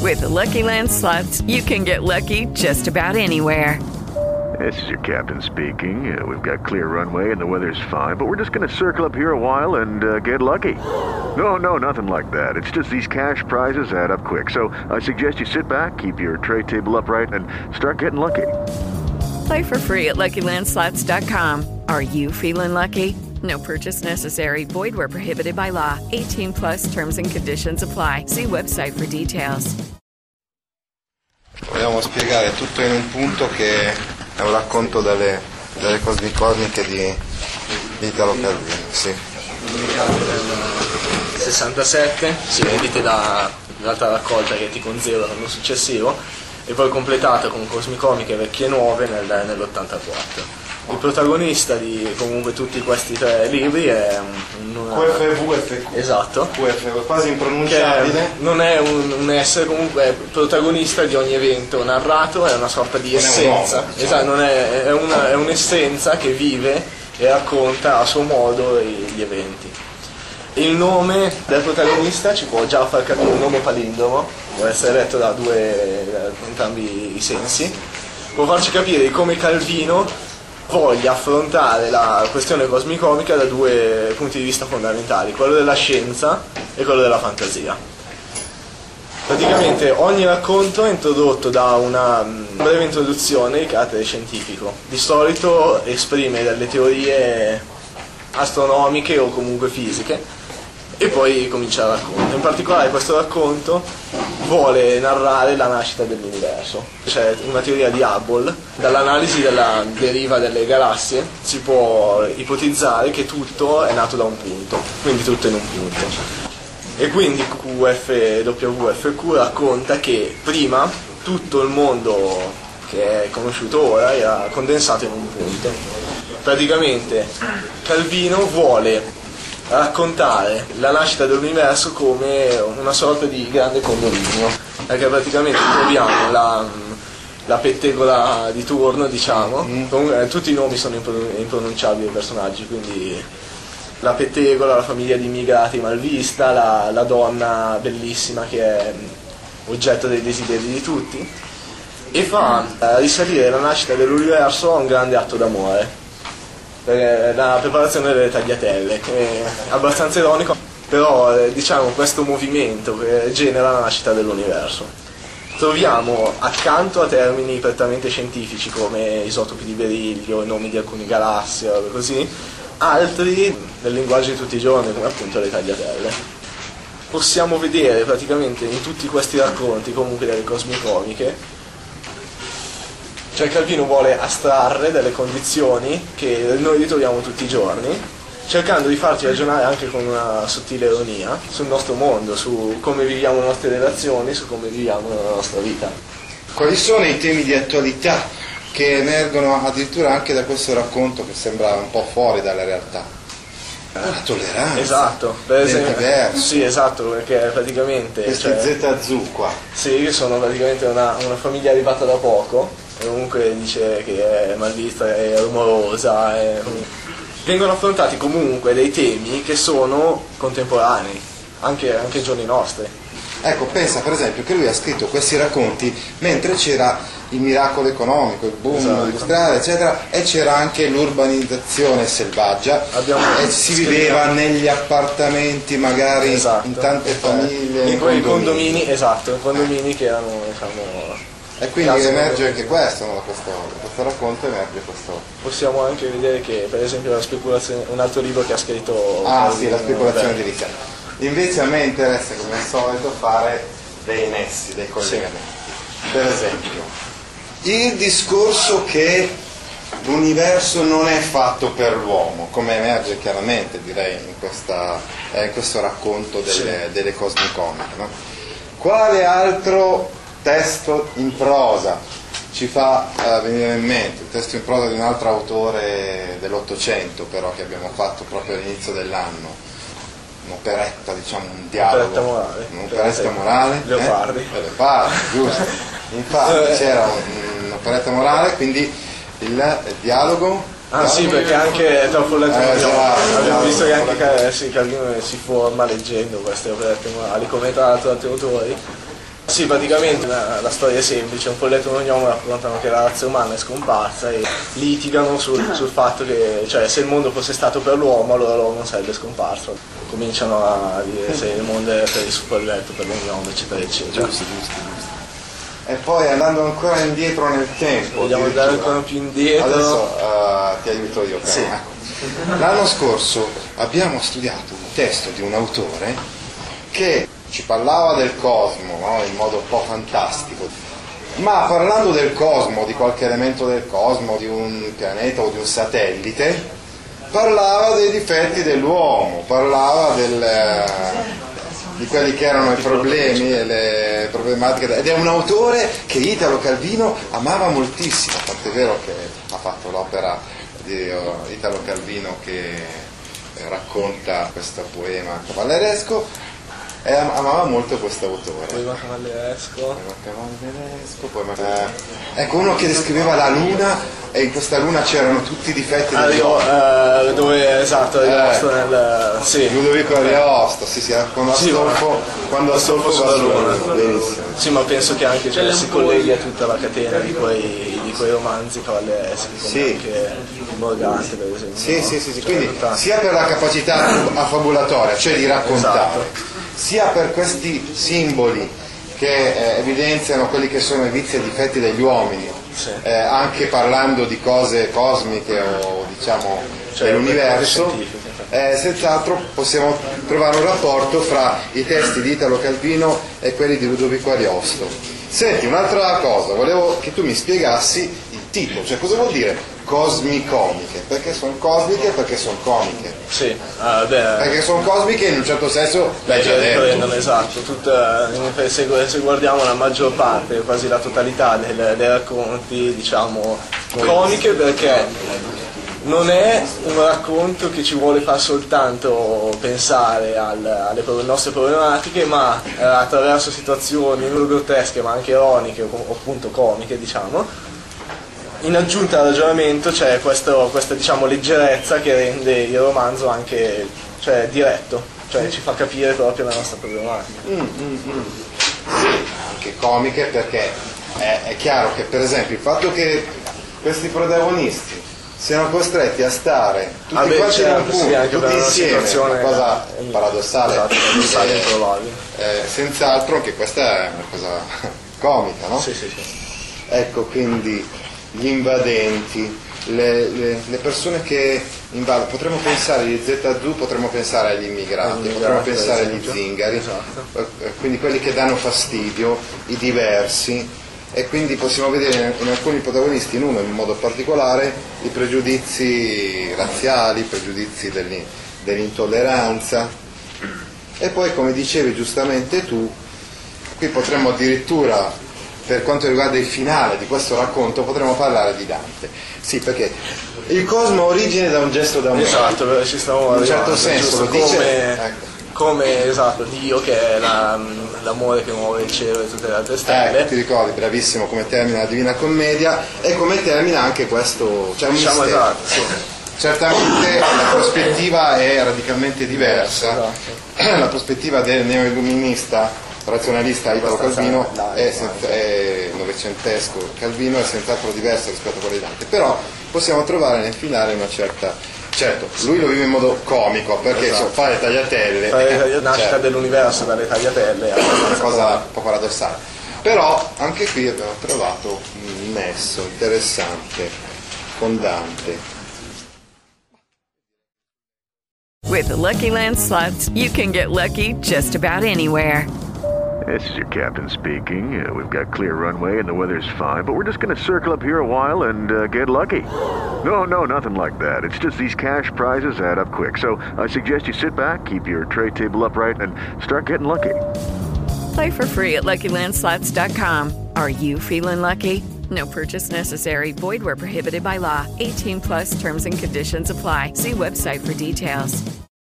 With the Lucky Land Slots, you can get lucky just about anywhere. This is your captain speaking. We've got clear runway and the weather's fine, but we're just going to circle up here a while and get lucky. No, nothing like that. It's just these cash prizes add up quick. So I suggest you sit back, keep your tray table upright, and start getting lucky. Play for free at LuckyLandSlots.com. Are you feeling lucky? No purchase necessary. Void where prohibited by law. 18 plus terms and conditions apply. See website for details. Vogliamo spiegare tutto in un punto che è un racconto delle cosmiconiche di Italo Calvino, sì. 67, sì, edite dall'altra raccolta che ti con zero l'anno successivo e poi completata con Cosmicomiche vecchie e nuove nell'84. Il protagonista di comunque tutti questi tre libri è QFVFQ. Esatto. QFV, quasi impronunciabile. Non è un essere, comunque è protagonista di ogni evento narrato, è una sorta di essenza. Esatto, è un'essenza che vive e racconta a suo modo gli eventi. Il nome del protagonista ci può già far capire, un nome palindromo, può essere letto da entrambi i sensi, può farci capire di come Calvino voglia affrontare la questione cosmicomica da due punti di vista fondamentali, quello della scienza e quello della fantasia. Praticamente ogni racconto è introdotto da una breve introduzione di carattere scientifico, di solito esprime delle teorie astronomiche o comunque fisiche e poi comincia il racconto. In particolare questo racconto vuole narrare la nascita dell'universo. C'è una teoria di Hubble, dall'analisi della deriva delle galassie si può ipotizzare che tutto è nato da un punto, quindi tutto in un punto. E quindi QFWFQ racconta che prima tutto il mondo che è conosciuto ora era condensato in un punto. Praticamente Calvino vuole raccontare la nascita dell'universo come una sorta di grande condominio, perché praticamente troviamo la pettegola di turno, diciamo, comunque, tutti i nomi sono impronunciabili ai personaggi, quindi la pettegola, la famiglia di immigrati malvista, la donna bellissima che è oggetto dei desideri di tutti, e fa risalire la nascita dell'universo a un grande atto d'amore. La preparazione delle tagliatelle, è abbastanza ironico, però diciamo questo movimento che genera la nascita dell'universo. Troviamo accanto a termini prettamente scientifici come isotopi di beriglio, i nomi di alcune galassie, così, altri nel linguaggio di tutti i giorni come appunto le tagliatelle. Possiamo vedere praticamente in tutti questi racconti comunque delle cosmicomiche. Cioè Calvino vuole astrarre delle condizioni che noi ritroviamo tutti i giorni, cercando di farci ragionare anche con una sottile ironia sul nostro mondo, su come viviamo le nostre relazioni, su come viviamo la nostra vita. Quali sono i temi di attualità che emergono addirittura anche da questo racconto che sembra un po' fuori dalla realtà? La tolleranza, esatto, per esempio, diverso. sì, esatto, perché praticamente questi ZZ qua. Sì, che sono praticamente una famiglia arrivata da poco. E comunque dice che è malvista, è rumorosa, vengono affrontati comunque dei temi che sono contemporanei, anche ai giorni nostri. Ecco, pensa per esempio che lui ha scritto questi racconti mentre c'era il miracolo economico, il boom industriale, eccetera, e c'era anche l'urbanizzazione selvaggia, e si viveva negli appartamenti magari, in tante famiglie, in quei condomini, i condomini che erano, diciamo. E quindi emerge anche questo, no? questo racconto emerge questo. Possiamo anche vedere che per esempio la speculazione, un altro libro che ha scritto la speculazione edilizia. Invece a me interessa come al solito fare dei nessi, dei collegamenti. Sì. Per esempio, il discorso che l'universo non è fatto per l'uomo, come emerge chiaramente direi in questo racconto delle cosmicomiche, no? Quale altro testo in prosa ci fa venire in mente? Il testo in prosa di un altro autore dell'Ottocento però che abbiamo fatto proprio all'inizio dell'anno, un'operetta, diciamo, un dialogo, un'operetta morale, Leopardi, giusto. Infatti c'era un'operetta morale, quindi il dialogo. Sì, perché anche troppo abbiamo visto che anche Calvino si forma leggendo queste operette morali, come tra l'altro altri autori. Sì, praticamente la storia è semplice, un folletto e un gnomo raccontano che la razza umana è scomparsa e litigano sul fatto che, cioè, se il mondo fosse stato per l'uomo, allora l'uomo non sarebbe scomparso. Cominciano a dire se il mondo è per il folletto, per lo gnomo, eccetera, eccetera. Giusto. E poi andando ancora indietro nel tempo, vogliamo andare ancora più indietro? Adesso ti aiuto io, però. Sì. L'anno scorso abbiamo studiato un testo di un autore che ci parlava del cosmo, no? In modo un po' fantastico, ma parlando del cosmo, di qualche elemento del cosmo, di un pianeta o di un satellite, parlava dei difetti dell'uomo, parlava di quelli che erano i problemi e le problematiche, ed è un autore che Italo Calvino amava moltissimo, tant'è vero che ha fatto l'opera di Italo Calvino che racconta questo poema cavalleresco, e amava molto questo autore. Ecco, uno che descriveva la luna, e in questa luna c'erano tutti i difetti dove rimasto nel sì. Ludovico Ariosto, sì, quando Astolfo va sulla luna. Benissimo. Sì, ma penso che anche si colleghi a tutta la catena di quei romanzi cavallereschi, come anche Morgante, per esempio. Sì, quindi sia per la capacità affabulatoria, cioè di raccontare, sia per questi simboli che evidenziano quelli che sono i vizi e difetti degli uomini, anche parlando di cose cosmiche o diciamo dell'universo, senz'altro possiamo trovare un rapporto fra i testi di Italo Calvino e quelli di Ludovico Ariosto. Senti, un'altra cosa, volevo che tu mi spiegassi il titolo, cioè cosa vuol dire cosmicomiche? Perché sono cosmiche, perché sono comiche. Sì, perché sono cosmiche in un certo senso, l'hai già detto. Esatto, se guardiamo la maggior parte, quasi la totalità dei racconti, diciamo, comiche, perché non è un racconto che ci vuole far soltanto pensare alle nostre problematiche, ma attraverso situazioni non grottesche ma anche ironiche o appunto comiche, diciamo. In aggiunta al ragionamento c'è questa diciamo leggerezza che rende il romanzo anche diretto, cioè ci fa capire proprio la nostra problematica. Anche comiche, perché è chiaro che per esempio il fatto che questi protagonisti siano costretti a stare tutti quanti in un punto, tutti insieme, una cosa paradossale, senz'altro anche questa è una cosa comica, no? Sì. Ecco, quindi gli invadenti, le persone che invadono, potremmo pensare agli Zeta-Zu, potremmo pensare agli immigrati, potremmo pensare agli zingari, quindi quelli che danno fastidio, i diversi, e quindi possiamo vedere in alcuni protagonisti, in uno in modo particolare, i pregiudizi razziali, i pregiudizi dell'intolleranza, e poi, come dicevi giustamente tu, qui potremmo addirittura, per quanto riguarda il finale di questo racconto, potremmo parlare di Dante. Sì, perché il cosmo ha origine da un gesto d'amore. Esatto, ci stiamo in un certo senso, lo dice come Dio, che è l'amore che muove il cielo e tutte le altre stelle. Ti ricordi, bravissimo, come termina la Divina Commedia e come termina anche questo, cioè un mistero. Esatto, sì. Certamente la prospettiva è radicalmente diversa. La prospettiva del neoilluminista razionalista Italo Calvino è novecentesco Calvino, è senz'altro diverso rispetto a quello di Dante, però possiamo trovare nel finale una certa, certo, lui lo vive in modo comico, perché fa le tagliatelle, nascita dell'universo dalle tagliatelle è una cosa un po' paradossale, però anche qui abbiamo trovato un nesso interessante con Dante. With the Lucky Land Slots, you can get lucky just about anywhere. This is your captain speaking. We've got clear runway and the weather's fine, but we're just going to circle up here a while and get lucky. No, nothing like that. It's just these cash prizes add up quick. So I suggest you sit back, keep your tray table upright, and start getting lucky. Play for free at LuckyLandSlots.com. Are you feeling lucky? No purchase necessary. Void where prohibited by law. 18+ terms and conditions apply. See website for details.